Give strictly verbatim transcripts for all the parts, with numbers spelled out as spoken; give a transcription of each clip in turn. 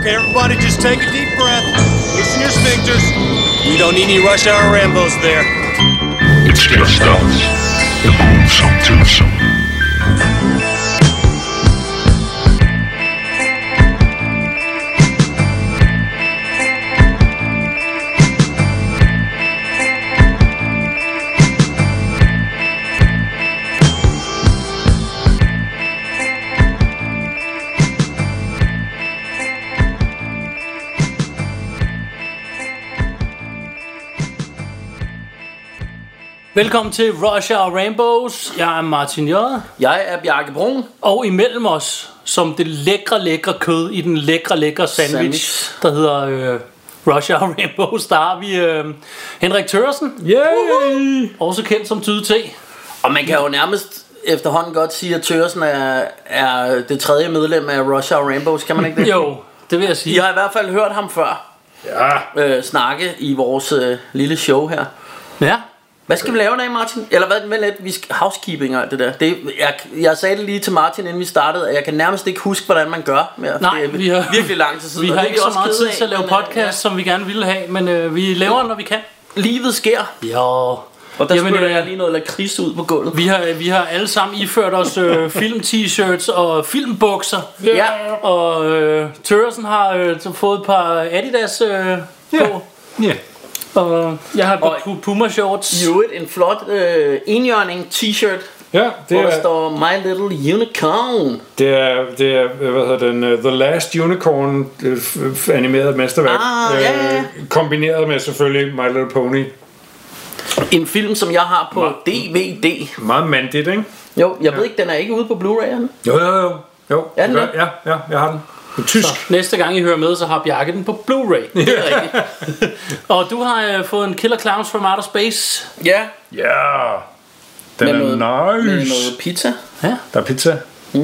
Okay, everybody just take a deep breath. Loosen your sphincters. We don't need any rush hour Rambos there. It's just us. The gruesome twosome. Velkommen til Rush Hour Rambos. Jeg er Martin J. Jeg er Bjarke Brun. Og imellem os, som det lækre, lækre kød i den lækre, lækre sandwich, sandwich. der hedder øh, Rush Hour Rambos, der har vi øh, Henrik Thøresen. Yay! Også kendt som Tyde T. Og man kan jo nærmest efterhånden godt sige, at Thøresen er, er det tredje medlem af Rush Hour Rambos, kan man ikke det? Jo, det vil jeg sige. I har i hvert fald hørt ham før Ja. øh, snakke i vores øh, lille show her. Ja. Hvad skal vi lave i dag, Martin? Eller hvad med lidt vi skal, housekeeping og alt det der. Det, jeg, jeg sagde det lige til Martin, inden vi startede, at jeg kan nærmest ikke huske, hvordan man gør. Mere, Nej, det er vi har virkelig lang tid siden. Vi har ikke så meget tid til at lave men, podcast, ja. som vi gerne ville have, men øh, vi laver, når vi kan. Livet sker. Ja. Og der Jamen, spiller øh, jeg lige noget lakrids ud på gulvet. Vi har, vi har alle sammen iført os øh, film-t-shirts og filmbukser. Ja. Og øh, Thøresen har øh, fået et par Adidas øh, på. Ja. Og jeg har et par Og- Puma shorts. Jo, en flot øh, enhjørning t-shirt, Ja, det hvor der er, står My Little Unicorn. det er, det er hvad hedder den, uh, The Last Unicorn uh, f- animeret mesterværk. Ah, ja, ja, ja. Uh, kombineret med selvfølgelig My Little Pony. En film, som jeg har på D V D. Meget mandigt, ikke? Jo, jeg ved ikke, den er ikke ude på Blu-ray. Er den? Jo, jo, jo. jo Er den det gør- det? ja, ja, jeg har den. På tysk. Så næste gang I hører med, så har Bjarke den på Blu-ray. Det er rigtigt. Og du har øh, fået en Killer Clowns from Outer Space. Ja, Ja. Den med er noget, med nice. noget pizza. Ja. Der er pizza. Ja.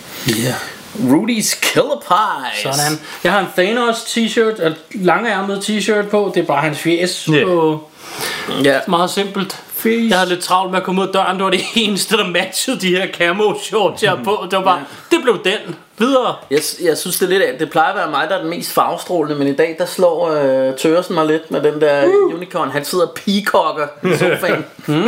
Rudy's Killer Pies. Sådan. Jeg har en Thanos t-shirt, et langærmet t-shirt på. Det er bare hans fjes. Ja. Og Ja. meget simpelt. Jeg havde lidt travlt med at komme ud af døren. Det var det eneste, der matchede de her camo shorts, jeg har på. Det var bare, det blev den. Videre. Jeg, jeg synes det er lidt af, det plejer at være mig, der er den mest farvestrålende, men i dag der slår øh, Thøresen mig lidt med den der uh. unicorn. Han sidder og peacocker i sofaen.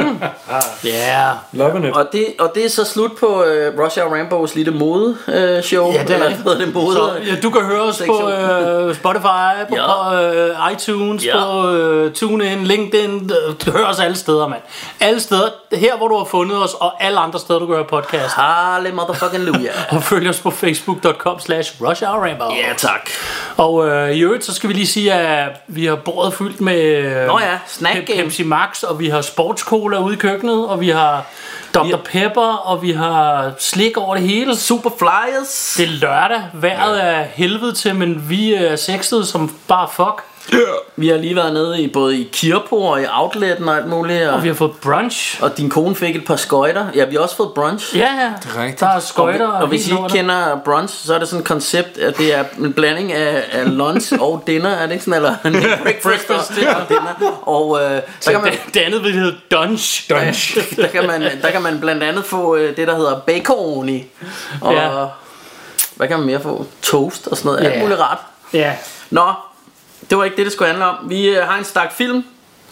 Ja. Yeah. Loving it. og, det, og det er så slut på øh, Rush Hour Rambos lille mode øh, show. Ja, det er eller det. hvad hedder det mode? Så, ja, du kan høre os på øh, Spotify, på Ja. øh, iTunes, Ja. på øh, TuneIn, LinkedIn. Du hører os alle steder, mand. Alle steder. Her, hvor du har fundet os, og alle andre steder, du kan høre podcast. Halle motherfucking luja. Og følg os på facebook punktum com slash rush hour rambo. Ja, tak. Og øh, i øvrigt, så skal vi lige sige, at vi har bordet fyldt med øh, Nå ja, snack Pep- game. Pepsi Max, og vi har sportscola ude i køkkenet, og vi har doktor Pepper, og vi har slik over det hele. Super Flyers. Det er lørdag, vejret er helvede til, men vi er sexede som bare fuck. Vi har lige været nede i både i Kirpo og i Outletten og alt muligt. Og, Og vi har fået brunch. og din kone fik et par skøjter. Ja, vi har også fået brunch. Ja, ja. rigtigt. Der er Og, vi, skøjter. og hvis I helt ikke lortet. kender brunch, så er det sådan et koncept, at det er en blanding af, af lunch og dinner, er det ikke sådan? Eller breakfast, Breakfast, og, og dinner. Og øh, så kan man, det, det andet vil hedde dunch. Dunch. der, kan man, der kan man blandt andet få øh, det, der hedder bacon i. Og Ja. hvad kan man mere få? Toast og sådan noget. Alt Ja. muligt rart. Ja. Nå, det var ikke det, det skulle handle om. Vi øh, har en stak film.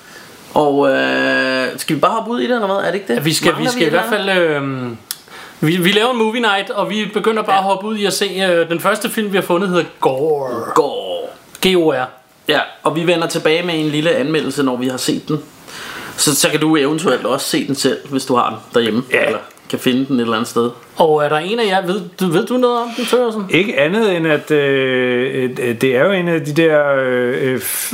Og øh, skal vi bare hoppe ud i det, eller hvad? Er det ikke det? Ja, vi skal, vi Mangler skal i et hvert eller fald øh, vi, vi laver en movie night, og vi begynder bare at hoppe ud i at se øh, den første film, vi har fundet, hedder Gore. andet? Går. G O R. Ja, og vi vender tilbage med en lille anmeldelse, når vi har set den. Så, så kan du eventuelt også se den selv, hvis du har den derhjemme. Ja. Eller kan finde den et eller andet sted. Og er der en af jer, ved du, ved du noget om den, Thøresen? Ikke andet end at øh, øh, det er jo en af de der øh, f-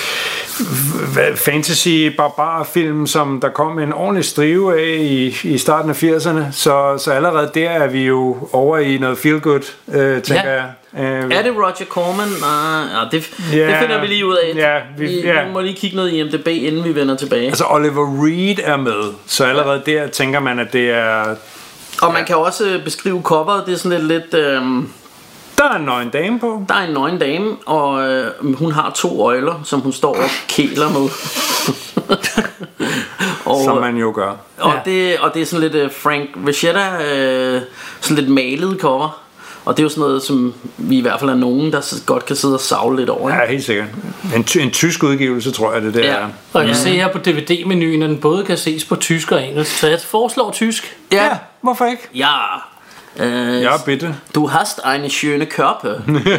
f- fantasy barbarfilm, som der kom en ordentlig strive af i, i starten af firserne. Så, så allerede der er vi jo over i noget feel good, øh, tænker Ja. jeg. Øh, Er det Roger Corman? Nej, ja, det, Ja. det finder vi lige ud af. Ja, vi- vi, ja. vi må lige kigge noget i I M D B, inden vi vender tilbage. Altså Oliver Reed er med, så allerede der tænker man, at det er... Og man kan også beskrive coveret. Det er sådan lidt... lidt øhm, Der er en nøgen dame på. der er en nøgen dame, og øh, hun har to øjler, som hun står og kæler med. og, Som man jo gør. og, Ja. det, og det er sådan lidt uh, Frank Vachetta, uh, sådan lidt malet cover. Og det er jo sådan noget, som vi i hvert fald er nogen, der godt kan sidde og savle lidt over. Ja, helt sikkert. En, ty- en tysk udgivelse, tror jeg, det der Ja. er. Og jeg kan se her på D V D-menuen, at den både kan ses på tysk og engelsk. Så jeg foreslår tysk. Ja, Hvorfor ikke? ja. Øh, Ja, bitte. Du hast eine schöne Körper.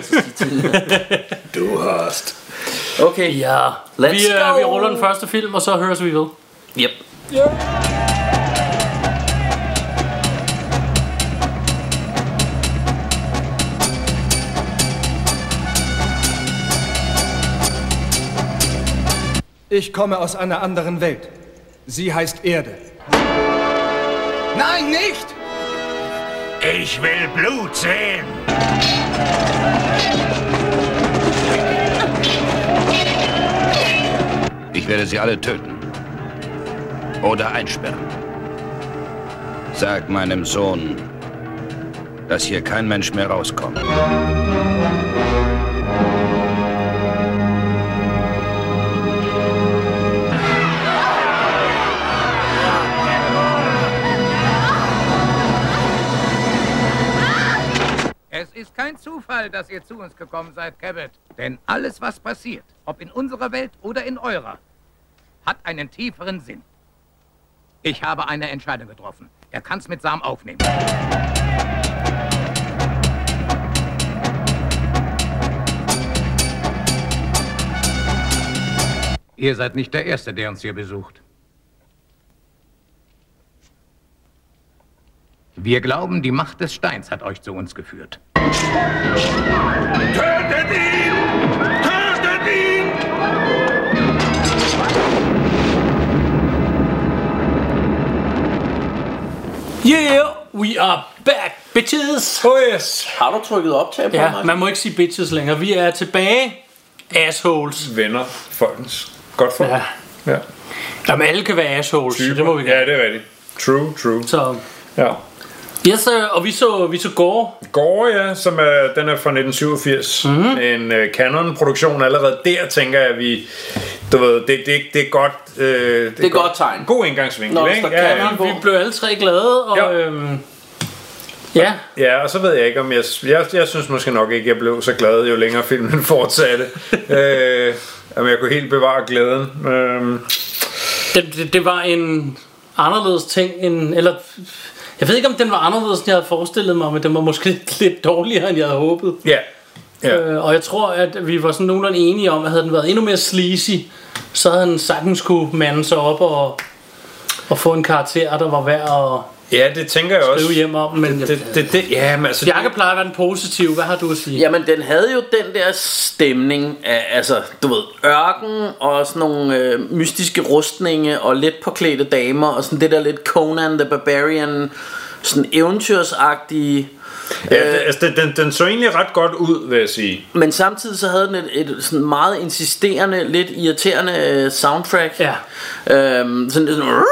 Du hast. Okay. Ja. Let's vi, øh, go. vi ruller den første film, og så høres vi ved. Yep. Ich komme aus einer anderen Welt. Sie heißt Erde. Nein, nicht! Ich will Blut sehen. Ich werde sie alle töten. Oder einsperren. Sag meinem Sohn, dass hier kein Mensch mehr rauskommt. Es ist kein Zufall, dass ihr zu uns gekommen seid, Cabot. Denn alles, was passiert, ob in unserer Welt oder in eurer, hat einen tieferen Sinn. Ich habe eine Entscheidung getroffen. Er kann's mit Sam aufnehmen. Ihr seid nicht der Erste, der uns hier besucht. Wir glauben, die Macht des Steins hat euch zu uns geführt. Tötet ihn! Tötet ihn! Yeah, we are back, bitches! Oh yes. Har du trykket optag på Ja, mig? man må ikke sige bitches længere. Vi er tilbage, assholes. Venner, folkens. Godt for. Ja. Ja. Jamen, alle kan være assholes, så det må vi Ja, gerne. det er rigtigt. True, true. Så, Ja. yes, øh, og vi så, vi så Gore. Gore, ja, som er, den er fra nitten syvogfirs. Mhm. Mm-hmm. En uh, Canon-produktion. Allerede der tænker jeg, at vi... Du ved, det, det, det er godt... Uh, det, Det er godt tegn. God indgangsvinkel, Når der ikke? står Ja, Canon ja. på. Vi blev alle tre glade, og Ja. øhm, ja, Ja, og så ved jeg ikke, om jeg... Jeg, jeg synes måske nok ikke, jeg blev så glad, jo længere filmen fortsatte. øh, om jeg kunne helt bevare glæden. Øh, det, det, det var en anderledes ting, end, eller jeg ved ikke, om den var anderledes, end jeg havde forestillet mig, men den var måske lidt, lidt dårligere, end jeg havde håbet. ja. Ja. Øh, og jeg tror, at vi var sådan nogenlunde enige om, at havde den været endnu mere sleazy, så havde den sagtens kunne mande sig op og, og få en karakter, der var værd at Ja, det tænker jeg også. skrive hjem om. Men Det, det, det, det, ja, men altså... Bjarke plejer at være den positive. Hvad har du at sige? Jamen, den havde jo den der stemning af, altså, du ved, ørken og sådan nogle øh, mystiske rustninge og let påklædte damer og sådan det der lidt Conan the Barbarian, sådan eventyrsagtige. Ja, det, altså, den, den så egentlig ret godt ud, vil jeg sige. Men samtidig så havde den et, et sådan meget insisterende, lidt irriterende øh, soundtrack. Ja. Øhm, sådan, sådan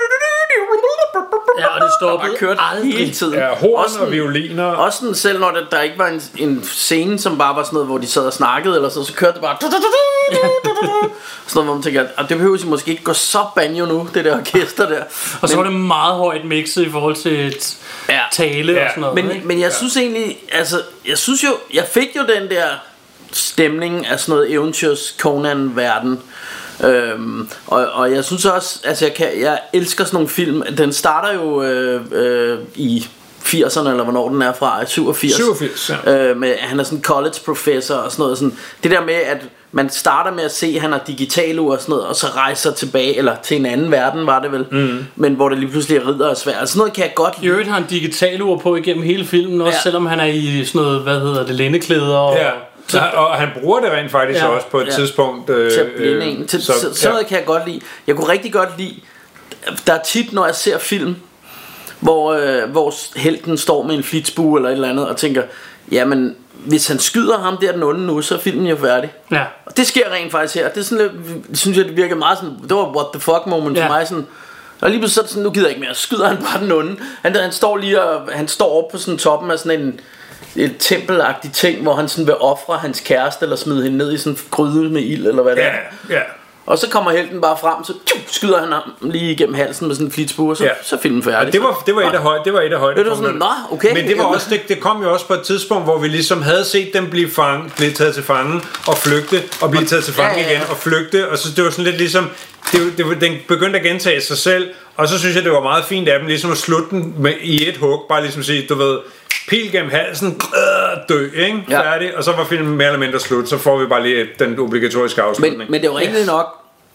Ja, og det stoppede bare kørt aldrig. hele tiden. Ja, horn Også og sådan- violiner. Også sådan, selv når der, der ikke var en, en scene, som bare var sådan noget, hvor de sad og snakkede, eller så, så kørte det bare sådan noget, hvor man tænker, at det behøver måske ikke gå så banjo nu, det der orkester der. Og så Men- var det meget højt mixet i forhold til et Ja. tale Ja. og sådan noget. Men, ikke? men jeg synes egentlig, altså, jeg synes jo, jeg fik jo den der stemning af sådan noget eventyrs Conan-verden. Øhm, og, og jeg synes også, altså jeg, kan, jeg elsker sådan nogle film. Den starter jo øh, øh, i firserne, eller hvornår den er fra, syvogfirs. syvogfirs, ja. øh, med, han er sådan en college professor og sådan noget. Sådan, det der med, at man starter med at se, at han er digitalur og sådan noget, og så rejser tilbage, eller til en anden verden var det vel, mm. men hvor det lige pludselig er ridder og svær. Altså sådan noget kan jeg godt I lide. øvrigt har han digital ur på igennem hele filmen, også Ja. selvom han er i sådan noget, hvad hedder det, lindeklæder og... Ja. Så, og han bruger det rent faktisk Ja. også på et Ja. tidspunkt. Øh, Til at blinde en. Til, så, så, sådan noget kan jeg godt lide. Jeg kunne rigtig godt lide. Der er tit, når jeg ser film, hvor, øh, hvor helten står med en flitsbue eller et eller andet, og tænker, jamen, hvis han skyder ham der den onde nu, så er filmen jo færdig. Ja. Og Og det sker rent faktisk her. Det er sådan lidt, synes jeg, det virker meget sådan, det var what the fuck moment Ja. for mig. Sådan, og lige pludselig så er det sådan, nu gider jeg ikke mere. Skyder han bare den onde. Han, han står lige og, han står oppe på sådan toppen af sådan en et tempelagtigt ting, hvor han sådan vil ofre hans kæreste eller smide hende ned i sådan en gryde med ild eller hvad det Ja, er. ja. Og så kommer helten bare frem, så tju, skyder han ham lige igennem halsen med sådan en flitsbue, og så, Ja. så er filmen færdig. Og det var, det var et af høj, det var et af højde. Det var sådan, nå, okay. Men det var også det, det kom jo også på et tidspunkt, hvor vi ligesom havde set dem blive fange, blive taget til fange og flygte og blive taget til fange Ja, ja, ja. igen og flygte, og så det var sådan lidt ligesom det, det, det, den begyndte at gentage sig selv, og så synes jeg det var meget fint af dem ligesom at slutte den med, i et hug, bare ligesom sige, du ved, pil gennem halsen, øh, dø, ikke? Ja. Færdig, og så var filmen mere eller mindre slut, så får vi bare lige den obligatoriske afslutning. Men, men det var rigtig nok,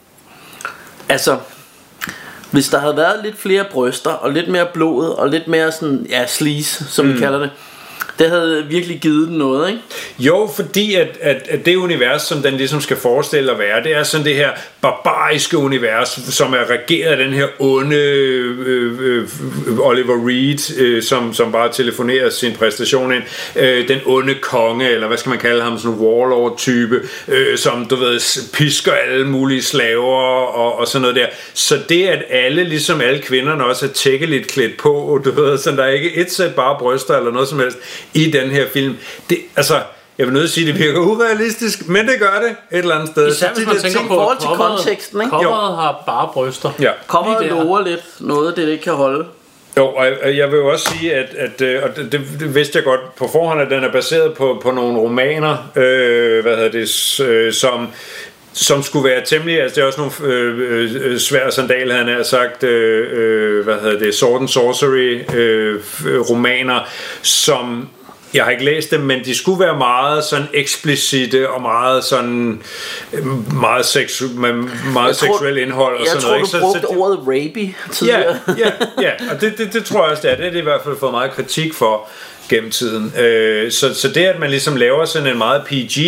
altså, hvis der havde været lidt flere bryster og lidt mere blod og lidt mere sådan, ja, sleaze, som mm. vi kalder det, det havde virkelig givet den noget, ikke? Jo, fordi at, at, at det univers, som den ligesom skal forestille at være, det er sådan det her barbariske univers, som er regeret af den her onde øh, øh, Oliver Reed, øh, som, som bare telefonerer sin præstation ind, øh, den onde konge, eller hvad skal man kalde ham, sådan en warlord-type, øh, som, du ved, pisker alle mulige slaver og, og sådan noget der. Så det, at alle, ligesom alle kvinderne også er tækkeligt klædt på, du ved, så der er ikke et sæt bare bryster eller noget som helst i den her film. Det, altså, jeg vil nødt til at sige, at det virker urealistisk, men det gør det et eller andet sted. Især hvis man tænker ting i på forhold til coveret- konteksten, ikke? Coveret har bare bryster. Ja. Kommer og Lige der. lover lidt noget, det ikke kan holde. Jo, og jeg- jeg vil jo også sige, at, at øh, og det, det vidste jeg godt på forhånd, at den er baseret på, på nogle romaner, øh, hvad hedder det, s- øh, som som skulle være temmelig, altså det er også nogle øh, øh, svære sandal, han har sagt, øh, øh, hvad hedder det, Sword and Sorcery øh, romaner, som jeg har ikke læst dem, men de skulle være meget sådan eksplicite og meget sådan meget, seksu, med meget tror, seksuel indhold og jeg sådan tror, noget. du Ikke? brugte så, så, ordet rapey tidligere. Ja, ja, ja, og det, det, det tror jeg også, det er. Det er det i hvert fald fået meget kritik for gennem tiden. Øh, så, så det, at man ligesom laver sådan en meget P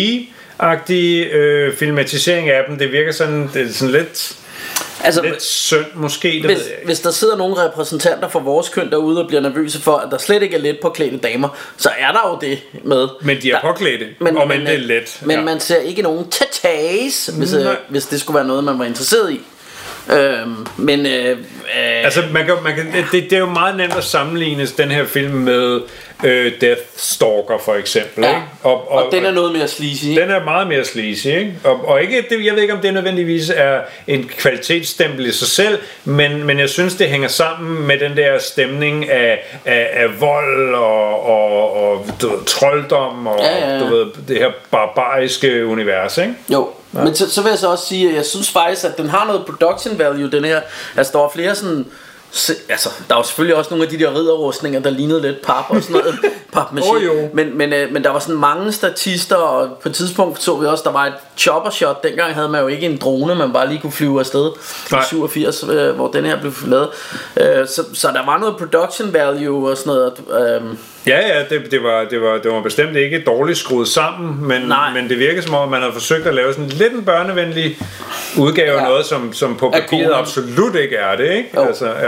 G-agtig øh, filmatisering af dem, det virker sådan, det er sådan lidt... Altså, Lidt synd måske, det hvis, ved jeg ikke. hvis der sidder nogle repræsentanter for vores køn derude og bliver nervøse for, at der slet ikke er let påklædte damer, så er der jo det med. Men de er der, påklædte, og men det er let. Men ja. man ser ikke nogen tatas, hvis, øh, hvis det skulle være noget, man var interesseret i. Øhm, men øh, øh, Altså, man kan, man kan, det, det er jo meget nemt at sammenligne den her film med øh, Death Stalker for eksempel. ja. Ikke? Og, og, og den er noget mere sleazy. Den er meget mere sleazy, ikke? Og, og ikke, det, jeg ved ikke, om det nødvendigvis er en kvalitetsstempel i sig selv, men, men jeg synes, det hænger sammen med den der stemning af, af, af vold og, og, og du ved, trolddom og Ja, ja, ja. du ved, det her barbariske univers, ikke? Jo, ja. Men så, så vil jeg så også sige, at jeg synes faktisk, at den har noget production value, den her. Altså, der var flere sådan... Se, altså, der var selvfølgelig også nogle af de der ridderrustninger, der lignede lidt pap og sådan noget. Papmaché. Oh, jo. men, men, øh, men der var sådan mange statister, og på et tidspunkt så vi også, der var et chopper shot. Dengang havde man jo ikke en drone, man bare lige kunne flyve afsted. I syvogfirs, øh, hvor den her blev lavet. Øh, så, så der var noget production value og sådan noget. Øh, Ja, ja, det, det, var, det, var, det var bestemt ikke dårligt skruet sammen, men, men det virker som om, man havde forsøgt at lave sådan lidt en børnevenlig udgave af ja. noget, som, som på papiret absolut ikke er det, ikke? Altså, ja.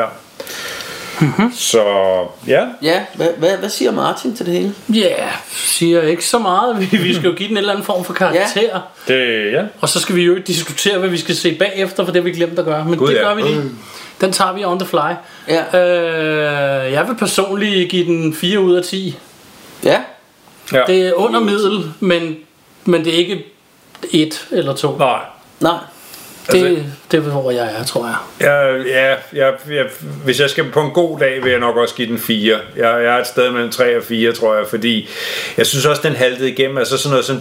Mm-hmm. Så, ja. Ja, hvad, hvad, hvad siger Martin til det hele? Ja, yeah, siger ikke så meget. Vi, vi skal jo give den en eller anden form for karakter. Ja. Det, ja. Og så skal vi jo diskutere, hvad vi skal se bagefter, for det har vi glemt at gøre. Men God, det ja. gør vi lige. Den tager vi on the fly. Ja. Øh, jeg vil personligt give den fire ud af ti. Ja. Ja. Det er under middel, men, men det er ikke et eller to. Nej. Nej. Det, Altså- det er hvor jeg er, tror jeg. Ja, ja, ja, ja, hvis jeg skal på en god dag, vil jeg nok også give den fire. Jeg, jeg er et sted mellem tre og fire, tror jeg, fordi jeg synes også, den haltede igennem. Altså sådan noget som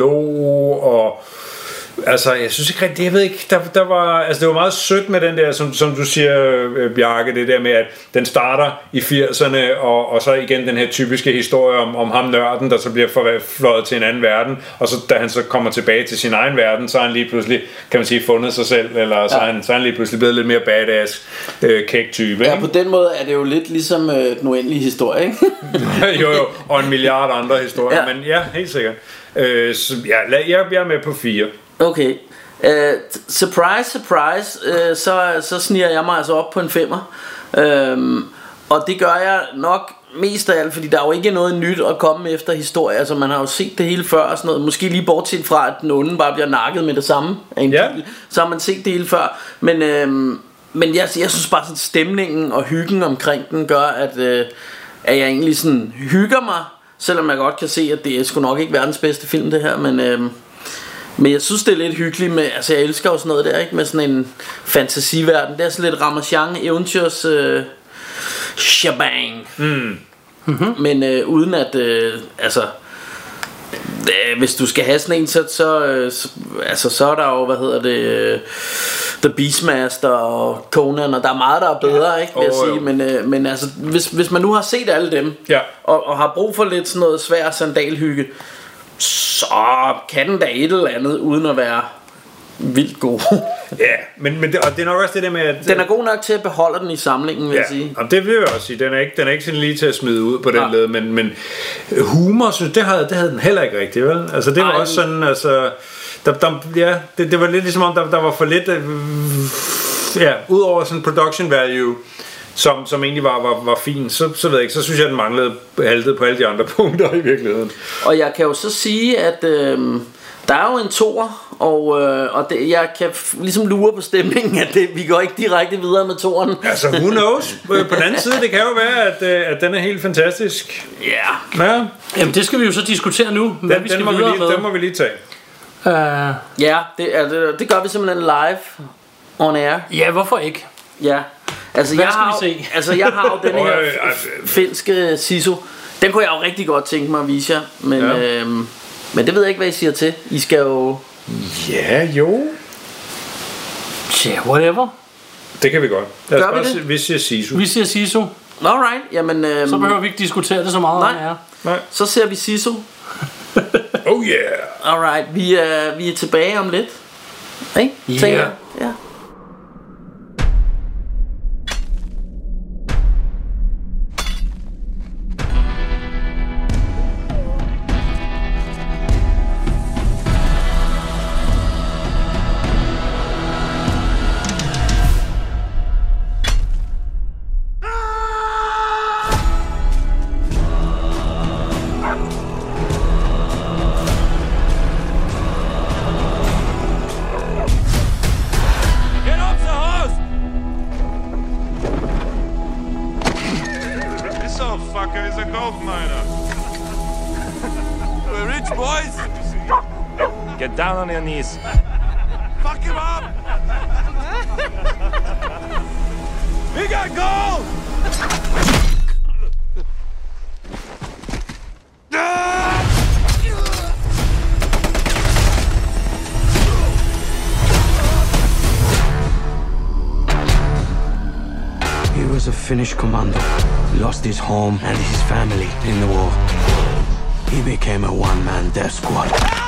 dialog og... Altså, jeg synes ikke rigtig, jeg ved ikke, der, der var, altså det var meget sødt med den der, som, som du siger, Bjarke, det der med, at den starter i firserne, og, og så igen den her typiske historie om, om ham nørden, der så bliver fløjet til en anden verden, og så da han så kommer tilbage til sin egen verden, så er han lige pludselig, kan man sige, fundet sig selv, eller så, ja. er, han, så er han lige pludselig blevet lidt mere badass, øh, kæk type. Ja, på den måde er det jo lidt ligesom øh, den uendelige historie, ikke? jo, jo, og en milliard andre historier, Ja. men ja, helt sikkert. Øh, så, ja, jeg, jeg er med på fire. Okay. Uh, surprise, surprise, uh, så, så sniger jeg mig altså op på en femmer. Uh, og det gør jeg nok mest af alt, fordi der er jo ikke noget nyt at komme efter historie. Altså man har jo set det hele før og sådan noget. Måske lige bortset fra, at den onde bare bliver nakket med det samme af en Ja. bil. Så har man set det hele før. Men, uh, men jeg, jeg synes bare sådan stemningen og hyggen omkring den gør, at, uh, at jeg egentlig sådan hygger mig. Selvom jeg godt kan se, at det er sgu nok ikke verdens bedste film det her. Men... Uh, Men jeg synes det er lidt hyggeligt med, altså jeg elsker jo sådan noget der, ikke, med sådan en fantasiverden. Det er sådan lidt Ramachan eventyrs øh, shabang. Mm. Mm-hmm. Men øh, uden at øh, altså øh, hvis du skal have sådan en, så, så, øh, så altså så er der jo, hvad hedder det, øh, The Beastmaster og Conan, og der er meget der er bedre, ja. Ikke, vil jeg oh, sige. Men, øh, men altså hvis, hvis man nu har set alle dem, ja. og, og har brug for lidt sådan noget svær sandalhygge, så kan den da et eller andet uden at være vildt god. Ja, men, men det, og det er nok også det der med at, den er god nok til at beholde den i samlingen, vil ja, jeg sige. Og det vil jeg også sige. Den er ikke, den er ikke sådan lige til at smide ud på den ja. led, men, men humor, synes det havde, det havde den heller ikke rigtigt, vel? Altså det var Ej. også sådan, altså der, der, ja, det, det var lidt ligesom om der, der var for lidt øh, ja, udover sådan production value, som, som egentlig var, var, var fint, så, så ved jeg ikke, så synes jeg, at den manglede haltet på alle de andre punkter i virkeligheden. Og jeg kan jo så sige, at øh, der er jo en toer, og, øh, og det, jeg kan f- ligesom lure på stemningen, at det, vi går ikke direkte videre med toeren. Altså, who knows? På den anden side, det kan jo være, at, at den er helt fantastisk. Yeah. Ja. Jamen, det skal vi jo så diskutere nu, hvad den, vi skal den må videre vi lige, med. Den må vi lige tage. Uh, ja, det, er, det, det gør vi simpelthen live on air. Ja, hvorfor ikke? Ja. Altså, hvad jeg skal har, vi se? altså, jeg har jo den her f- finske Sisu. Den kunne jeg jo rigtig godt tænke mig at vise jer. Men, ja. øhm, men det ved jeg ikke, hvad I siger til. I skal jo... Ja, jo. Ja, yeah, whatever. Det kan vi godt. Lad os gør vi bare det? Vi siger Sisu. Vi siger Sisu. Alright, jamen... Øhm, så behøver vi ikke diskutere det så meget. Nej, om nej. Så ser vi Sisu. Oh yeah. Alright, vi er, vi er tilbage om lidt. Ikke? Yeah. Ja. Get down on your knees. Fuck him up! We got gold! He was a Finnish commando. Lost his home and his family in the war. He became a one-man death squad.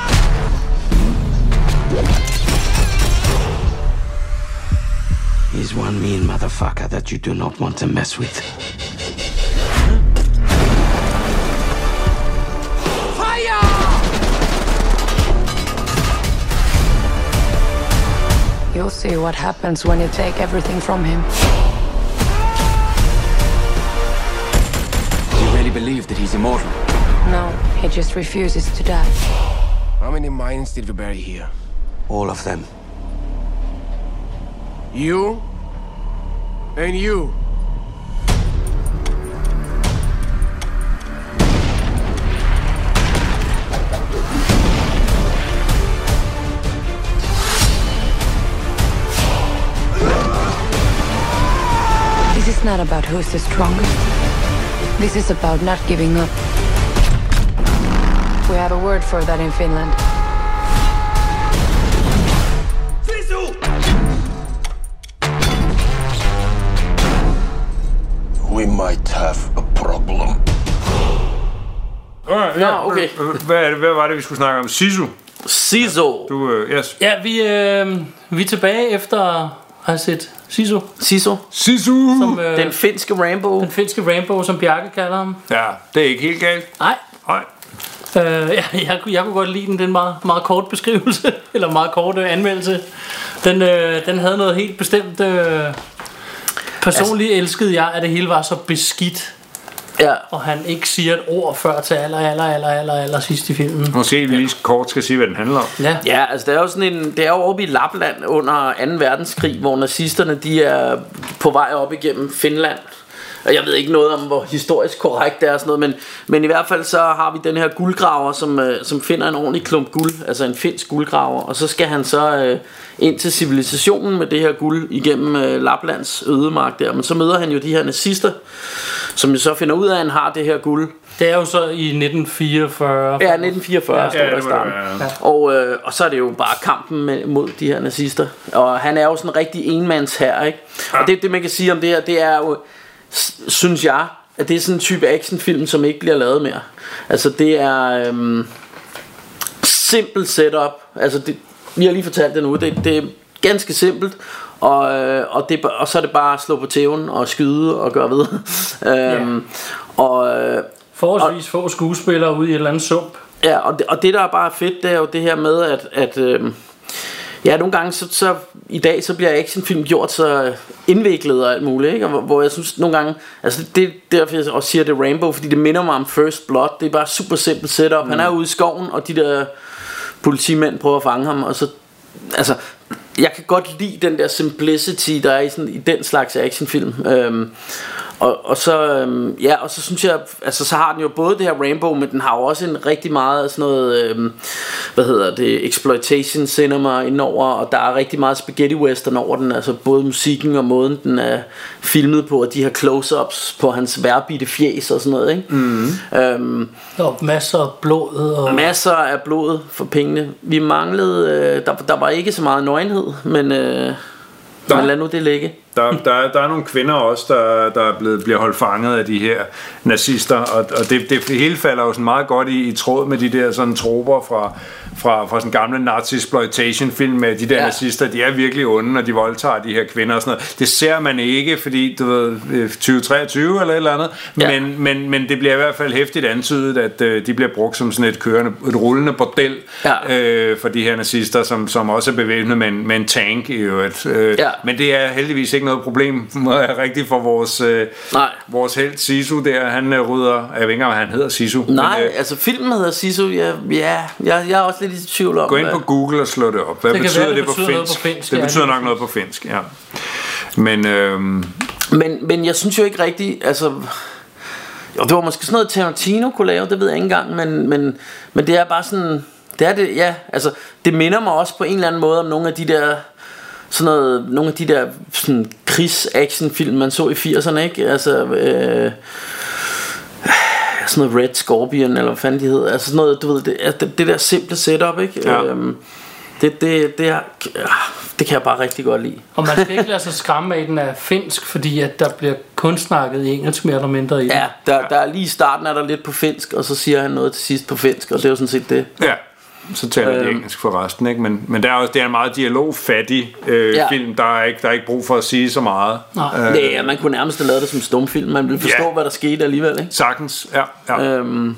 He's one mean motherfucker that you do not want to mess with. Fire! You'll see what happens when you take everything from him. Do you really believe that he's immortal? No, he just refuses to die. How many minds did we bury here? All of them. You? And you? This is not about who's the strongest. This is about not giving up. We have a word for that in Finland. We might have a problem. Alright, ja, okay. Hvad, er det, hvad var det, vi skulle snakke om? Sisu. Sisu. Du, uh, yes. Ja, vi, øh, vi er tilbage efter at have set Sisu. Sisu. Sisu. Som, øh, den finske Rambo. Den finske Rambo, som Bjarke kalder ham. Ja, det er ikke helt galt. Nej. Nej. Øh, jeg, jeg, jeg kunne godt lide den. Den meget, meget kort beskrivelse. Eller meget kort øh, anmeldelse. Den, øh, den havde noget helt bestemt... Øh, personligt altså, elskede jeg, at det hele var så beskidt. Ja. Og han ikke siger et ord før til aller, aller, aller, aller, aller sidst i filmen. Måske vi lige kort skal sige, hvad den handler om. Ja, ja, altså det er jo sådan en, det er jo oppe i Lapland under anden verdenskrig, hvor nazisterne de er på vej op igennem Finland. og jeg ved ikke noget om hvor historisk korrekt det er sådan noget, men, men i hvert fald så har vi den her guldgraver, som, øh, som finder en ordentlig klump guld, altså en finsk guldgraver, og så skal han så øh, ind til civilisationen med det her guld igennem øh, Laplands ødemark der, men så møder han jo de her nazister, som jo så finder ud af at han har det her guld. Det er jo så i nitten fireogfyrre. Ja, nitten fireogfyrre ja, står der i starten. Ja. Og, øh, og så er det jo bare kampen med, mod de her nazister. Og han er jo sådan en rigtig enmandshær, ikke? Ja. Og det, det man kan sige om det her, det er jo, synes jeg, at det er sådan en type actionfilm, som ikke bliver lavet mere. Altså det er øhm, simpelt setup. Altså det, vi har lige fortalt det nu. Det, det er ganske simpelt. Og, øh, og, det, og så er det bare at slå på tæven og skyde og gøre ved. øhm, ja. Og øh, forholdsvis få skuespillere ude i et eller andet sump. Ja, og det, og det der er bare fedt, det er jo det her med at, at øh, ja, nogle gange så, så i dag så bliver actionfilm gjort så indviklet og alt muligt, ikke? Og hvor, hvor jeg synes nogle gange, altså det er derfor jeg også siger det Rambo, fordi det minder mig om First Blood. Det er bare super simpelt setup. mm. Han er ude i skoven, og de der politimænd prøver at fange ham, og så altså jeg kan godt lide den der simplicity der er i, sådan, i den slags actionfilm. øhm, Og, og så øhm, ja, og så synes jeg, altså så har den jo både det her Rambo, men den har jo også en rigtig meget sådan noget, øhm, hvad hedder det, exploitation cinema indover, og der er rigtig meget spaghetti western over den, altså både musikken og måden den er filmet på, og de her close-ups på hans værbitte fjes og sådan noget, ikke? Mm. Øhm, og masser af blod og masser af blod for pengene. Vi manglede, øh, der, der var ikke så meget nøgenhed, men øh, men lad nu det ligge. Der, der, der er nogle kvinder også, der, der er blevet, bliver holdt fanget af de her nazister, og, og det, det hele falder jo sådan meget godt i, i tråd med de der sådan troper fra, fra, fra sådan gamle nazi-exploitation-film med de der ja. nazister. De er virkelig onde, når de voldtager de her kvinder og sådan noget. Det ser man ikke, fordi du ved, tyve treogtyve eller et eller andet, ja. men, men, men det bliver i hvert fald hæftigt antydet, at øh, de bliver brugt som sådan et kørende, et rullende bordel ja. øh, for de her nazister, som, som også er bevæbnet med en, med en tank i øvrigt. Øh, ja. Men det er heldigvis ikke noget problem rigtigt for vores øh, vores helt Sisu der. Han øh, rydder, jeg ved ikke om han hedder Sisu. Nej, men, øh, altså filmen hedder Sisu. Ja, ja jeg, jeg er også lidt i tvivl om. Gå ind på Google og slå det op. Hvad det betyder være, det, det på betyder finsk? På finsk? Det ja, betyder nok noget på finsk, ja. Men øh, men men jeg synes jo ikke rigtigt, altså jo, det var måske sådan noget Tarantino kunne lave, det ved jeg ikke engang, men men men det er bare sådan, det er det, ja, altså det minder mig også på en eller anden måde om nogle af de der sådan noget, nogle af de der sådan krigs-actionfilm man så i firserne, ikke? Altså øh, sådan noget Red Scorpion eller hvad fanden de hedder. Altså sådan noget, du ved, det, det, det der simple setup, ikke? Ja. Øhm, det, det, det, er, det kan jeg bare rigtig godt lide. Og man skal ikke lade sig skræmme af, at den er finsk, fordi at der bliver kun snakket i engelsk mere eller mindre i ja, der, der er lige i starten er der lidt på finsk, og så siger han noget til sidst på finsk, og det er jo sådan set det. Ja. Så taler de øhm. engelsk for resten, ikke? Men, men der er også, det er en meget dialogfattig øh, ja. film. Der er, ikke, der er ikke brug for at sige så meget. Nej, øh, ja, man kunne nærmest have lavet det som stumfilm. Man ville forstå, ja. hvad der skete alligevel, ikke? Sagtens, ja, ja. Øhm,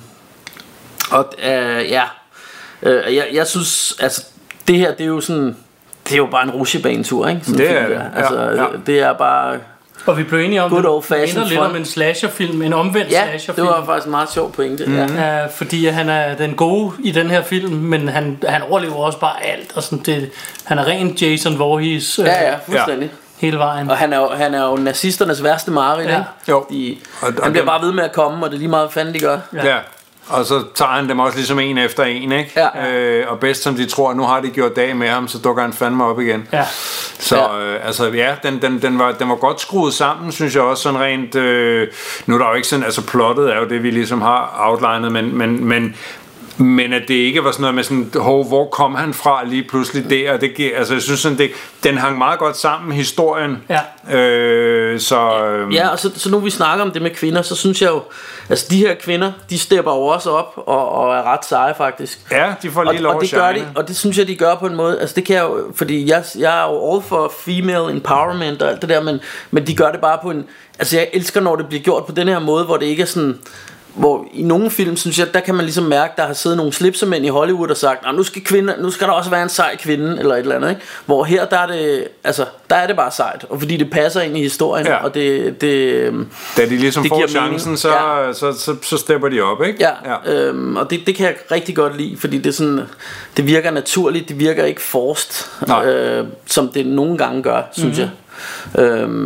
Og øh, ja øh, jeg, jeg synes, altså det her, det er jo sådan, det er jo bare en rutsjebanetur, ikke? Sådan det er det, altså, ja, ja. det er bare. Og vi blev enige om, det minder lidt om en slasherfilm, en omvendt ja, slasherfilm. det var faktisk en meget sjov pointe. Mm. Ja. Uh, fordi han er den gode i den her film, men han, han overlever også bare alt. Og sådan det, han er ren Jason Voorhees. Uh, ja, ja, fuldstændig. Hele vejen. Og han er jo, han er jo nazisternes værste mareridt, ja. Jo. De, og, og han bliver den, bare ved med at komme, og det er lige meget fanden de gør. Ja. ja. Og så tager han dem også ligesom en efter en, ikke? Ja. Øh, og bedst som de tror, nu har de gjort dag med ham, så dukker han fandme op igen. Ja. Så ja. Øh, altså ja, den, den, den, var, den var godt skruet sammen, synes jeg også, sådan rent. Øh, nu er der jo ikke sådan, altså plottet er jo det, vi ligesom har outlinet, men, men, men Men at det ikke var sådan noget med sådan, hov, hvor kom han fra lige pludselig der? Det, altså jeg synes sådan, det, den hang meget godt sammen, historien. Ja. Øh, så, øh, ja, og så, så nu vi snakker om det med kvinder, så synes jeg jo, altså de her kvinder, de stepper jo også op og, og er ret seje faktisk. Ja, de får lige og, lov og det gør de, og det synes jeg, de gør på en måde. Altså det kan jeg jo, fordi jeg, jeg er jo all for female empowerment og alt det der, men, men de gør det bare på en, altså jeg elsker, når det bliver gjort på den her måde, hvor det ikke er sådan. Hvor i nogle film, synes jeg, der kan man ligesom mærke, der har siddet nogle slipsermænd i Hollywood og sagt, nu skal kvinder, nu skal der også være en sej kvinde eller et eller andet, ikke? Hvor her der er det, altså der er det bare sejt, og fordi det passer ind i historien, ja. Og det, det da de ligesom det får chancen, så, ja. så, så, så, så stepper de op, ikke? Ja, ja. Øhm, og det, det kan jeg rigtig godt lide, fordi det er sådan, det virker naturligt, det virker ikke forced, øh, som det nogle gange gør, synes mm-hmm. jeg. Øhm,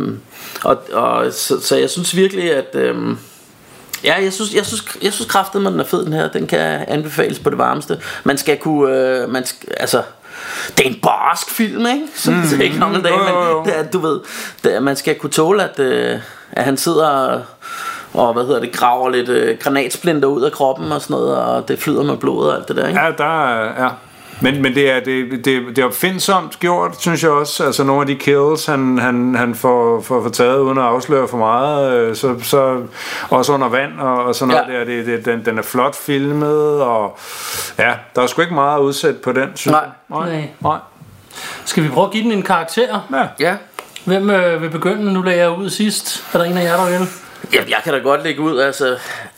og, og så, så jeg synes virkelig at øhm, ja, jeg synes, jeg synes, jeg synes kraftedeme, den er fed, den her. Den kan anbefales på det varmeste. Man skal kunne, øh, man skal, altså, det er en barsk film, ikke? Som mm. det er ikke gamle dage, men det er, du ved, det er, man skal kunne tåle, at, øh, at han sidder og, og, hvad hedder det, graver lidt øh, granatsplinter ud af kroppen og sådan noget, og det flyder med blod og alt det der, ikke? Ja, der er, ja. Men, men det er det, det, det er opfindsomt gjort, synes jeg også. Altså nogle af de kills han, han, han får, får, får taget uden at afsløre for meget, så, så også under vand og, og sådan noget ja. der. Det, det, den, den er flot filmet, og ja, der er sgu ikke meget udsat på den, synes Nej. jeg. Nej. Nej. Skal vi prøve at give den en karakter? Ja. Ja. Hvem øh, vil begynde? Nu lagde jeg ud sidst. Er der en af jer, der vil? Ja, jeg kan da godt lægge ud, altså.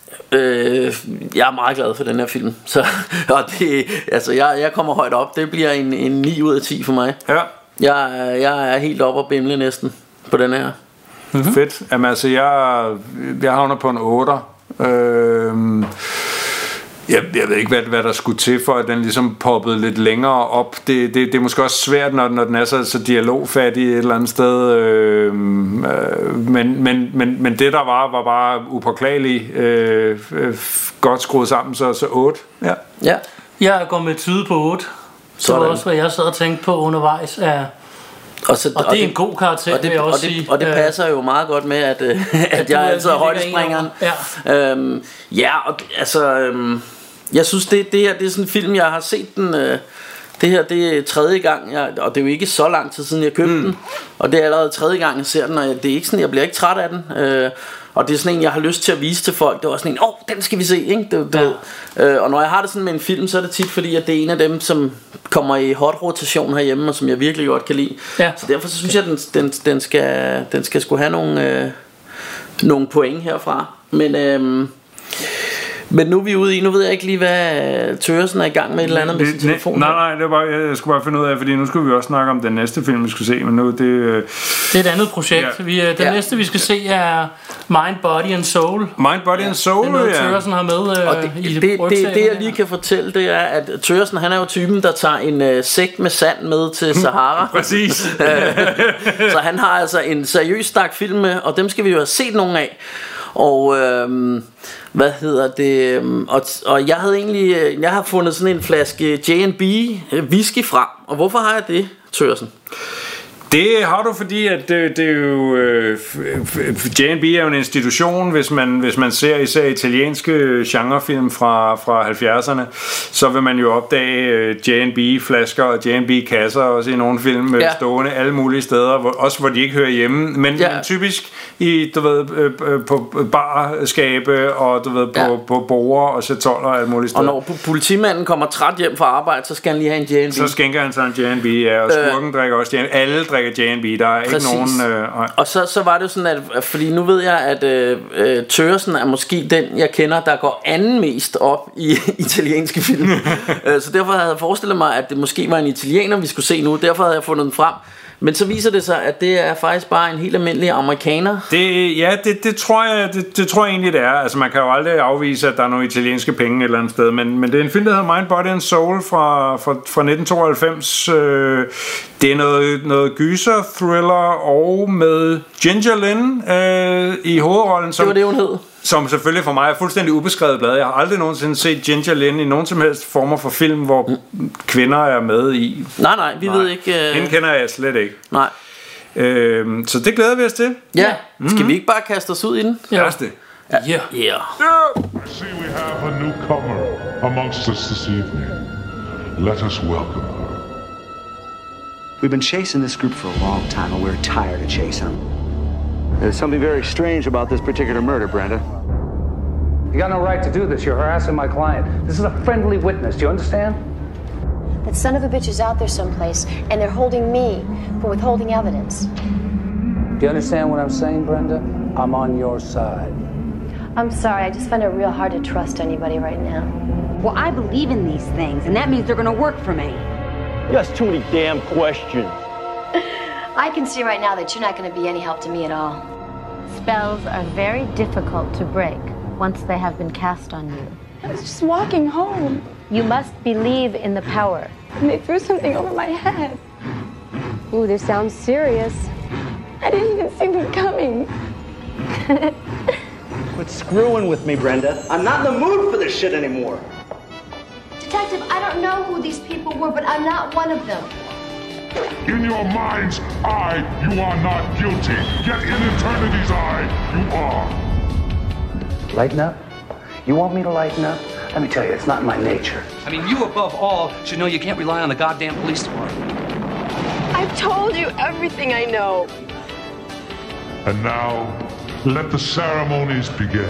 Øh, jeg er meget glad for den her film. Så, og det, altså, jeg, jeg kommer højt op. Det bliver en, en ni ud af ti for mig. Ja. Jeg, jeg er helt oppe og bimle næsten på den her. Mm-hmm. Fedt. Jamen, altså, jeg, jeg havner på en otter. Øh, jeg, jeg ved ikke, hvad, hvad der skulle til for, at den ligesom poppede lidt længere op. Det, det, det er måske også svært, når, når den er så, så dialogfattig et eller andet sted. Øh, øh, men, men, men, men det, der var, var bare upåklageligt øh, øh, godt skruet sammen, så, så otte. Ja. Ja. Jeg går med tyde på otte. Så var også, hvad jeg sad og tænkte på undervejs. Er, og, så, og det er en god karakter, og det, vil jeg også og det, sige. Og det passer jo meget godt med, at, at, at jeg er altid er højdespringeren. Ja, øhm, ja og altså, øhm, jeg synes, det, det her det er sådan en film, jeg har set den. Øh, det her det er tredje gang, jeg, og det er jo ikke så lang tid siden, jeg købte mm. den. Og det er allerede tredje gang, jeg ser den, og det er ikke sådan, jeg bliver ikke træt af den. Øh, Og det er sådan en, jeg har lyst til at vise til folk. Det var sådan en, åh, oh, den skal vi se, ikke? Det, det, ja. øh, og når jeg har det sådan med en film, så er det tit fordi, at det er en af dem, som kommer i hot rotation herhjemme, og som jeg virkelig godt kan lide. Ja. Så derfor så synes jeg, at den, den, den skal, den skal sgu have nogle, øh, nogle point herfra. Men... Øh, Men nu er vi ude i, nu ved jeg ikke lige, hvad Thøgersen er i gang med et eller andet med sin telefon. Nej, nej, det var bare, jeg skulle bare finde ud af, fordi nu skulle vi også snakke om den næste film, vi skulle se, men nu det... Øh, det er et andet projekt. Ja. Vi, den ja. næste, vi skal se, er Mind, Body and Soul. Mind, Body ja. and Soul, ja. Det er noget, Thøgersen har med øh, og det, i det, det, det, det, jeg lige kan fortælle, det er, at Thøgersen, han er jo typen, der tager en øh, sæk med sand med til Sahara. Præcis. Så han har altså en seriøs stak film med, og dem skal vi jo have set nogle af. Og øhm, hvad hedder det og, og jeg havde egentlig jeg har fundet sådan en flaske J and B whisky frem. Og hvorfor har jeg det, Thøgersen? Det har du, fordi at det, det er jo øh, J and B er jo en institution, hvis man hvis man ser især italienske genrefilm fra fra halvfjerdserne, så vil man jo opdage øh, J and B flasker og J and B kasser også i nogle film ja. stående alle mulige steder, hvor, også hvor de ikke hører hjemme, men, ja. men typisk i du ved øh, på barskabe og du ved på ja. på borer og chatoller og alle mulige steder. Og når politimanden kommer træt hjem fra arbejde, så skal han lige have en J and B. Så skænker han sig en J and B, ja, og skurken øh. drikker også J and B. Alle drikker J and B, der er Præcis. ikke nogen øh, og så, så var det jo sådan at, fordi nu ved jeg at øh, øh, Thøgersen er måske den jeg kender der går anden mest op i italienske film. Så derfor havde jeg forestillet mig at det måske var en italiener vi skulle se nu. Derfor havde jeg fundet den frem. Men så viser det sig at det er faktisk bare en helt almindelig amerikaner. Det, ja det, det, tror jeg, det, det tror jeg egentlig det er. Altså man kan jo aldrig afvise at der er nogle italienske penge et eller andet sted. Men, men det er en film der hedder Mind, Body and Soul fra, fra, fra nitten tooghalvfems. øh, Det er noget, noget gyser thriller og med Ginger Lynn øh, i hovedrollen som, det var det hun hed. Som selvfølgelig for mig er fuldstændig ubeskrevet blad. Jeg har aldrig nogensinde set Ginger Lynn i nogen som helst former for film, hvor mm. kvinder er med i. Nej, nej, vi nej. ved ikke... Uh... Hende kender jeg slet ikke. Nej. Øhm, så det glæder vi os til. Ja, mm-hmm. Skal vi ikke bare kaste os ud i den? Ja, det. Ja. Yeah. Yeah. I see we have a newcomer amongst us this evening. Let us welcome her. We've been chasing this group for a long time, and we're tired of chasing them. There's something very strange about this particular murder, Brenda. You got no right to do this. You're harassing my client. This is a friendly witness. Do you understand? That son of a bitch is out there someplace, and they're holding me for withholding evidence. Do you understand what I'm saying, Brenda? I'm on your side. I'm sorry, I just find it real hard to trust anybody right now. Well, I believe in these things, and that means they're going to work for me. You ask too many damn questions. I can see right now that you're not going to be any help to me at all. Spells are very difficult to break once they have been cast on you. I was just walking home. You must believe in the power. And they threw something over my head. Ooh, this sounds serious. I didn't even see them coming. Quit screwing with me, Brenda. I'm not in the mood for this shit anymore. Detective, I don't know who these people were, but I'm not one of them. In your mind's eye, you are not guilty. Yet in eternity's eye, you are. Lighten up? You want me to lighten up? Let me tell you, it's not in my nature. I mean, you above all should know you can't rely on the goddamn police department. I've told you everything I know. And now, let the ceremonies begin.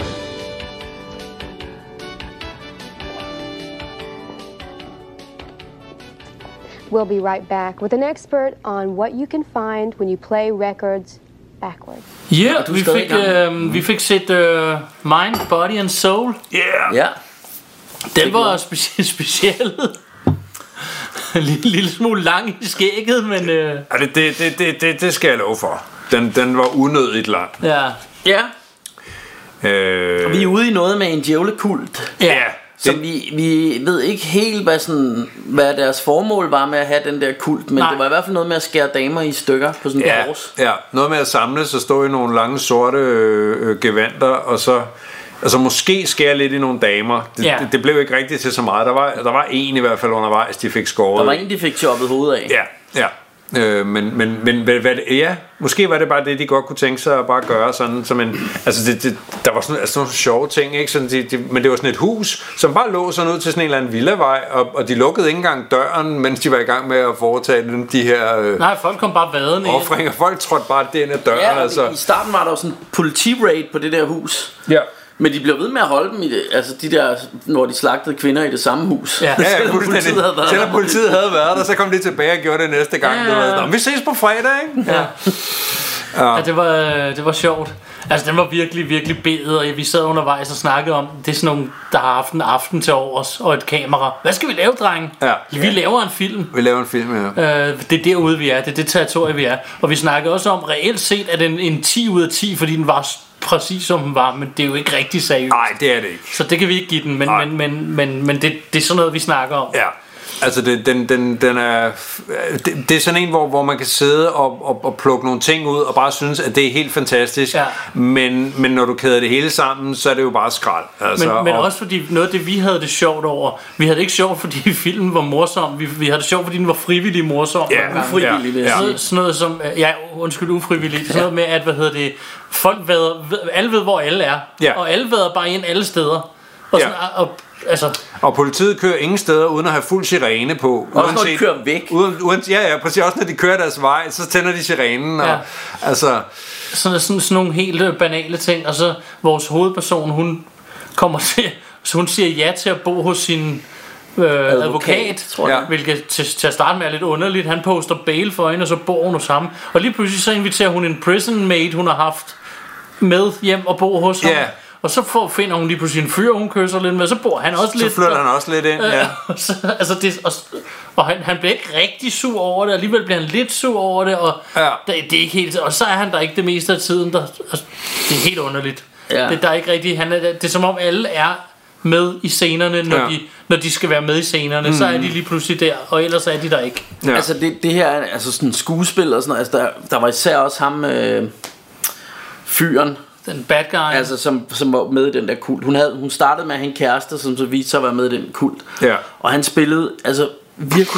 We'll be right back with an expert on what you can find when you play records backwards. Ja, yeah, vi, fik, øh, vi fik set uh, Mind, Body and Soul. Yeah. Ja. Den var speci- speciel. En lille, lille smule lang i skægget, men... Øh... Ja, det, det, det, det, det, det skal jeg love for. Den, den var unødigt lang. Ja. Ja. Øh... Og vi er ude i noget med en djævlekult. Ja. Så vi, vi ved ikke helt, hvad, sådan, hvad deres formål var med at have den der kult. Men Nej. det var i hvert fald noget med at skære damer i stykker på sådan en ja, kors. Ja, noget med at samles og stå i nogle lange sorte øh, gevanter, og så altså måske skære lidt i nogle damer. Det, ja. det, det blev ikke rigtigt til så meget. Der var, der var en i hvert fald undervejs, de fik skåret. Der var en, de fik choppet hovedet af. Ja, ja. Øh, men men, men hvad, hvad, ja, måske var det bare det, de godt kunne tænke sig at bare gøre sådan, som en, altså det, det, der var sådan, altså nogle sjove ting, ikke? Sådan de, de, men det var sådan et hus, som bare lå sådan ud til sådan en eller anden villavej, og, og de lukkede ikke engang døren, mens de var i gang med at foretage dem, de her øh, nej, folk kom bare vadende ind. Offringer, folk trådte bare den af døren. Ja, altså. I starten var der jo sådan en politi-raid på det der hus. Ja. Men de blev ved med at holde dem i det, altså de der, når de slagtede kvinder i det samme hus. Ja, ja, selvom politiet havde været selvom politiet havde været der, så kom de tilbage og gjorde det næste gang. Ja, ja. Det var, vi ses på fredag, ikke? Ja, ja. Ja, det var det var sjovt. Altså den var virkelig, virkelig bedet, og vi sad undervejs og snakkede om, det er sådan nogle, der har haft en aften til overs og et kamera. Hvad skal vi lave, drenge? Ja. Vi laver en film. Vi laver en film, ja. Øh, det er derude, vi er. Det er det territorie, vi er. Og vi snakkede også om, reelt set, at den en ti ud af ti, fordi den var præcis som den var, men det er jo ikke rigtig seriøst. Nej, det er det ikke. Så det kan vi ikke give den, men, men, men, men, men det, det er sådan noget, vi snakker om. Ja. Altså det, den, den, den er det, det er sådan en hvor, hvor man kan sidde og, og, og plukke nogle ting ud og bare synes at det er helt fantastisk, ja. men, men når du kæder det hele sammen, så er det jo bare skrald, altså, men, men og, også fordi noget af det vi havde det sjovt over, vi havde det ikke sjovt fordi filmen var morsom, vi, vi havde det sjovt fordi den var frivillig morsom. Ja, ufrivillig, ja. Sådan, sådan noget som ja, undskyld ufrivillig, sådan noget med at hvad hedder det, folk ved, alle ved hvor alle er, ja. Og alle ved bare ind alle steder. Og, sådan, ja. og, altså. og politiet kører ingen steder uden at have fuld sirene på. Også uanset, når de kører væk. Uden, uden, ja, ja, præcis. Også når de kører deres vej, så tænder de sirenen. Og, ja. altså. sådan, sådan, sådan nogle helt banale ting. Og så vores hovedperson, hun kommer til, så hun siger ja til at bo hos sin øh, advokat, advokat tror jeg, ja. Hvilket til, til at starte med er lidt underligt. Han poster bail for hende, og så bor hun hos ham. Og lige pludselig så inviterer hun en prison mate, hun har haft med hjem og bo hos ham. Ja. Og så får, finder hun lige på sin fyr, hun kysser lidt med, så bor han også så lidt. Så flytter han også lidt ind, ja. Øh, og, så, altså det, og, og han, han bliver ikke rigtig sur over det, og alligevel bliver han lidt sur over det, og ja. det, det er ikke helt, og så er han der ikke det meste af tiden, der, altså, det er helt underligt. Ja. Det, der er ikke rigtig, han er, det er som om alle er med i scenerne, når, ja. de, når de skal være med i scenerne, mm. så er de lige pludselig der, og ellers er de der ikke. Ja. Altså det, det her, altså sådan skuespil og sådan noget, altså der, der var især også ham, øh, fyren, den bad guy, altså som, som var med i den der kult. Hun, havde, hun startede med at have en kæreste, som så viste sig at være med i den kult. Ja. Og han spillede altså virkelig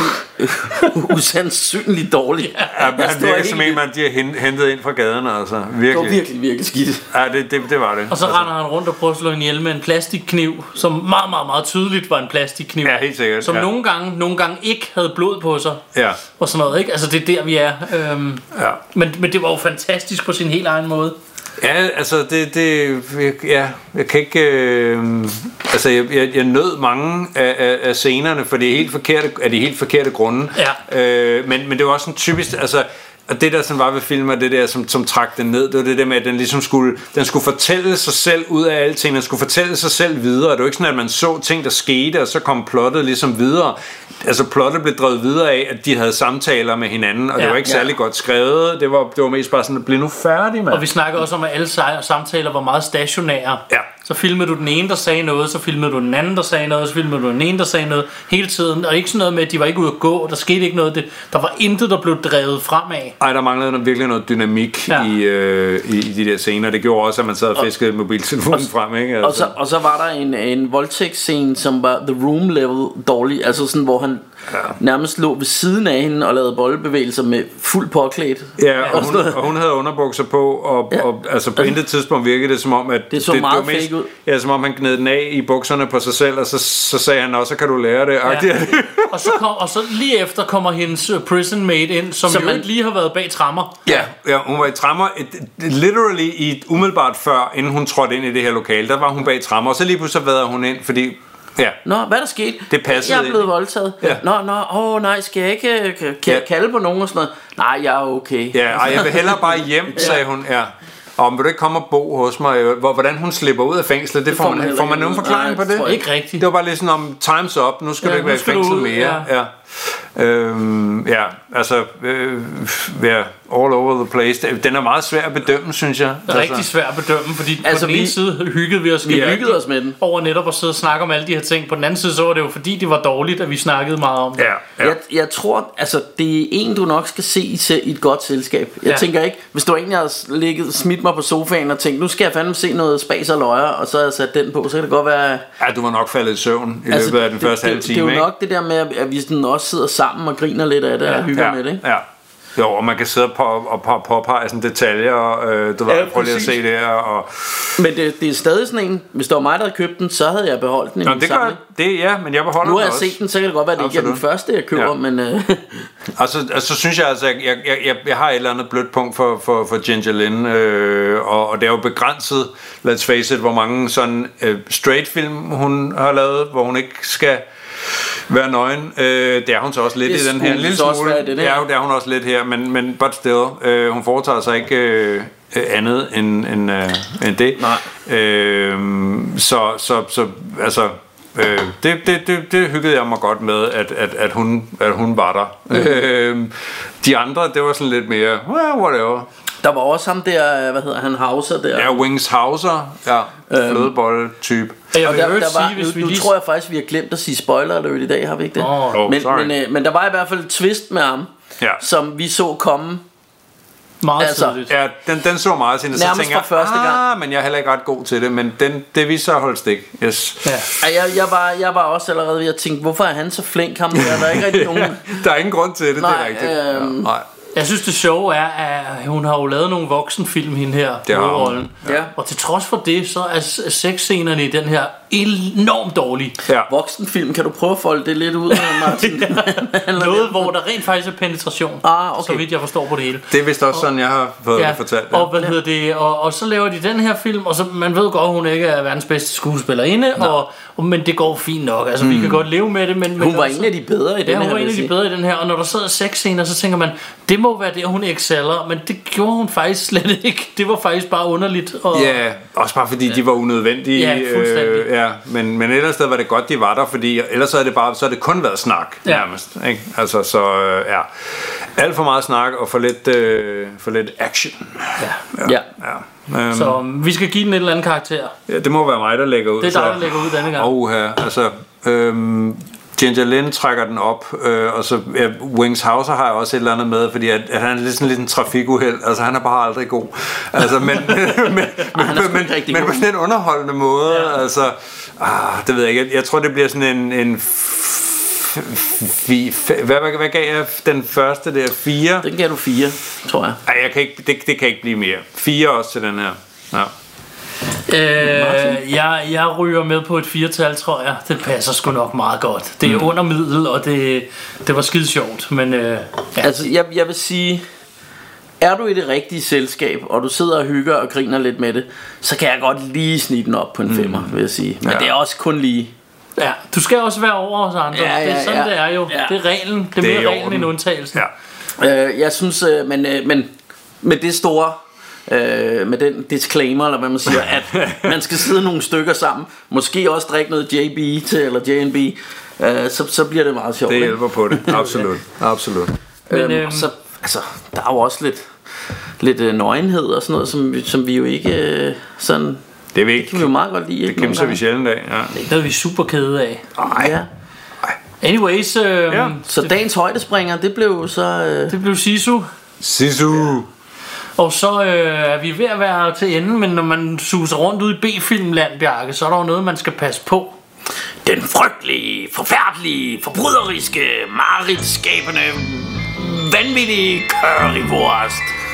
usandsynligt dårligt. Ja, han virker som en, man de har hentet ind fra gaden, altså. Virkelig. Det var virkelig, virkelig skidt. Ja, det, det, det var det. Og så altså. render han rundt og prøver at slå en ihjel med en plastikkniv, som meget, meget, meget tydeligt var en plastikkniv. Ja, helt sikkert. Som ja. nogle gange, nogle gange ikke havde blod på sig. Ja. Og sådan noget, ikke? Altså det er der, vi er. Øhm, ja. men, men det var jo fantastisk på sin helt egen måde. Ja, altså det, det ja, jeg kan ikke øh, altså jeg, jeg, jeg nød mange af, af, af scenerne, for det er helt forkerte, af de helt forkerte grunde. Ja. Øh, men, men det var også sådan typisk, altså og det der som var ved filmen, det der som, som trak den ned, det var det der med at den ligesom skulle, den skulle fortælle sig selv ud af alting, den skulle fortælle sig selv videre. Det var ikke sådan at man så ting der skete, og så kom plottet ligesom videre. Altså plottet blev drevet videre af at de havde samtaler med hinanden, og ja, det var ikke særlig ja. godt skrevet. Det var, det var mest bare sådan, bliv nu færdig, mand. Og vi snakker også om at alle samtaler var meget stationære. Ja. Så filmede du den ene, der sagde noget, så filmede du den anden, der sagde noget, så filmede du den ene, der sagde noget hele tiden. Og ikke sådan noget med, at de var ikke ude at gå, der skete ikke noget. Det, der var intet, der blev drevet fremad. Ej, der manglede noget, virkelig noget dynamik ja. i, øh, i, i de der scener. Det gjorde også, at man sad og fiskede mobiltelefonen frem, ikke? Altså. Og, så, og så var der en, en voldtægtsscene, som var The Room level dårlig. Altså sådan, hvor han ja. nærmest lå ved siden af hende og lavede bollebevægelser med fuld påklædt. Ja, og hun, og hun havde underbukser på, og, ja. og altså på intet tidspunkt virkede det som om, at det så det, meget det fake ud. Ja, som om han gned den af i bukserne på sig selv, og så, så sagde han også, så kan du lære det. Ja. og, så kom, og så lige efter kommer hendes prison mate ind, som, som jo man, ikke lige har været bag trammer. Ja, ja, hun var i trammer, literally i umiddelbart før, inden hun trådte ind i det her lokale, der var hun bag trammer, og så lige pludselig vadede hun ind, fordi ja. Nå, hvad der skete? Det passede. Jeg er blevet voldtaget. Ja. Nå, nå, åh oh, nej, skal jeg ikke kan jeg ja. kalde på nogen og sådan noget? Nej, jeg er okay. Ja, ej, jeg vil hellere bare hjem, sagde hun. Ja. Og vil du ikke komme og bo hos mig? Hvordan hun slipper ud af fængslet, det, det får man, får man nogen forklaring nej, på det? Ikke rigtigt. Det var bare lidt sådan om time's up, nu skal ja, du ikke være i fængsel mere. Ja. Ja. Øhm, ja, altså øh, ja, all over the place. Den er meget svær at bedømme, synes jeg. Det er rigtig svær at bedømme, fordi altså, på den ene side hyggede vi os, vi hyggede os med den over netop at sidde og snakke om alle de her ting. På den anden side så var det jo fordi det var dårligt, at vi snakkede meget om det. Ja, ja. Jeg, jeg tror, altså det er en du nok skal se i, i et godt selskab. Jeg ja. tænker ikke, hvis du egentlig har ligget smidt mig på sofaen og tænkt, nu skal jeg fandme se noget spas og løjer, og så har jeg sat den på, så kan det godt være. Ja, du var nok faldet i søvn i altså, løbet af den det, første det, halve time. Det er jo ikke? nok det der med, at vi sådan også sidder sammen og griner lidt af det ja. og hygger ja. med det. Ikke? Ja. Jo, og man kan sidde på, og på, påpege sådan detaljer, øh, du ja, ved, prøv lige at se det her. Og men det, det er stadig sådan en, hvis det var mig, der havde købt den, så havde jeg beholdt den i Nå, min det samling. Gør, det, ja, men jeg beholder den. Nu har jeg også. set den, så kan det godt være, at det ikke er den første, jeg køber, ja. men... Øh. og, så, og så synes jeg altså, jeg, jeg, jeg, jeg har et eller andet blødt punkt for, for, for Ginger Lynn, øh, og, og det er jo begrænset, let's face it, hvor mange sådan øh, straight film hun har lavet, hvor hun ikke skal være nøgen. Øh, det er hun så også lidt i den her. En lille smule. Det, ja, det er hun også lidt her, men, men but still, øh, hun foretager sig ikke øh, andet end, end, øh, end det. Nej. Øh, så, så, så, altså... Øh, det, det, det, det hyggede jeg mig godt med, at, at, at, hun, at hun var der. Mm. Øh, de andre, det var sådan lidt mere, well, whatever. Der var også ham der, hvad hedder han, Hauser der. Ja, Wings Hauser, ja, øhm. flødebolle-type. Og der, der var, sige, nu, nu lige... tror jeg faktisk, vi har glemt at sige spoiler alert i dag, har vi ikke det? Oh, men, men, øh, men der var i hvert fald et twist med ham, ja. som vi så komme. Meget altså, tidligt. Ja, den, den så meget siden, så tænker jeg, første gang. Ah, men jeg er heller ikke ret god til det, men den, det viste sig at holde stik. Yes. Ja. Jeg, jeg, var, jeg var også allerede ved at tænke, hvorfor er han så flink, ham der? Der er ikke rigtig nogen... ja, der er ingen grund til det, nej, det er rigtigt. Øhm... Ja, nej. Jeg synes det sjove er, at hun har jo lavet nogle voksenfilm hende her rollen. Ja. Og til trods for det, så er sexscenerne i den her enormt dårlige. Ja. Voksenfilm, kan du prøve at folde det lidt ud, Martin? Noget, hvor der rent faktisk er penetration. Ah, okay. Så vidt jeg forstår på det hele. Det er vist også sådan, jeg har fået ja, det fortalt. Ja. Og hvad hedder det? Og, og så laver de den her film, og så man ved godt, hun ikke er verdens bedste skuespillerinde, og, og men det går fint nok. Altså mm. vi kan godt leve med det, men, men hun var en af de bedre i den ja, her. Hun var en af de bedre i den her, og når der sidder sexscener, så tænker man, det må være det, hun exceller, men det gjorde hun faktisk slet ikke. Det var faktisk bare underligt. Og ja, også bare fordi ja. de var unødvendige. Ja, fuldstændig. Øh, ja, men men ellers sted var det godt, de var der, fordi ellers så er det bare, så er det kun været snak ja. nærmest, ikke? Altså så øh, ja, alt for meget snak og for lidt øh, for lidt action. Ja. Ja. ja. Um, så vi skal give den et eller andet karakter. Ja, det må være mig, der lægger ud. Det er dig, der lægger ud denne gang. Åh, her, altså øhm, Ginger Lynn trækker den op, øh, og så ja, Wings Hauser har jeg også et eller andet med, fordi at, at han er lidt sådan lidt en trafikuheld. Altså han er bare aldrig god. Altså, men men, men, men, men, men på sådan en underholdende måde. Ja. Altså, ah, det ved jeg ikke. Jeg, jeg tror det bliver sådan en, en Fi, f, hvad, hvad, hvad gav jeg den første der? Fire? Den gav du fire, tror jeg. Ej, jeg kan ikke, det, det kan ikke blive mere. Fire også til den her. Ja. Øh, jeg, jeg ryger med på et firetal, tror jeg. Det passer sgu nok meget godt. Det er mm. under middel, og det, det var skide sjovt. Men øh, ja. Altså jeg, jeg vil sige, er du i det rigtige selskab, og du sidder og hygger og griner lidt med det, så kan jeg godt lige snige den op på en femmer, mm. vil jeg sige. Men ja. det er også kun lige. Ja, du skal også være over os andre. Ja, ja, det er sådan ja. det er jo. Ja. Det er reglen. Det er, det er mere reglen end undtagelsen. Ja. Øh, jeg synes, øh, men, øh, men med det store, øh, med den disclaimer, eller hvad man siger, at man skal sidde nogle stykker sammen, måske også drikke noget J B til eller J N B, øh, så, så bliver det meget sjovt. Det hjælper på det, absolut, absolut. Men, øhm, øhm, så, altså, der er jo også lidt, lidt øh, nøgenhed og sådan noget, som, som vi jo ikke øh, sådan Det, det kan vi jo meget godt lide. Det kæmper vi sjældent af. Ja. Det er noget, vi er super kede af. Nej. Ja. Anyways, øh, ja. Så dagens højdespringer, det blev så... Øh... Det blev Sisu. Sisu. Og så øh, er vi ved at være til ende, men når man suser rundt ud i B-filmland, Bjarke, så er der jo noget, man skal passe på. Den frygtelige, forfærdelige, forbryderiske, mareridtskabende, vanvittige currywurst.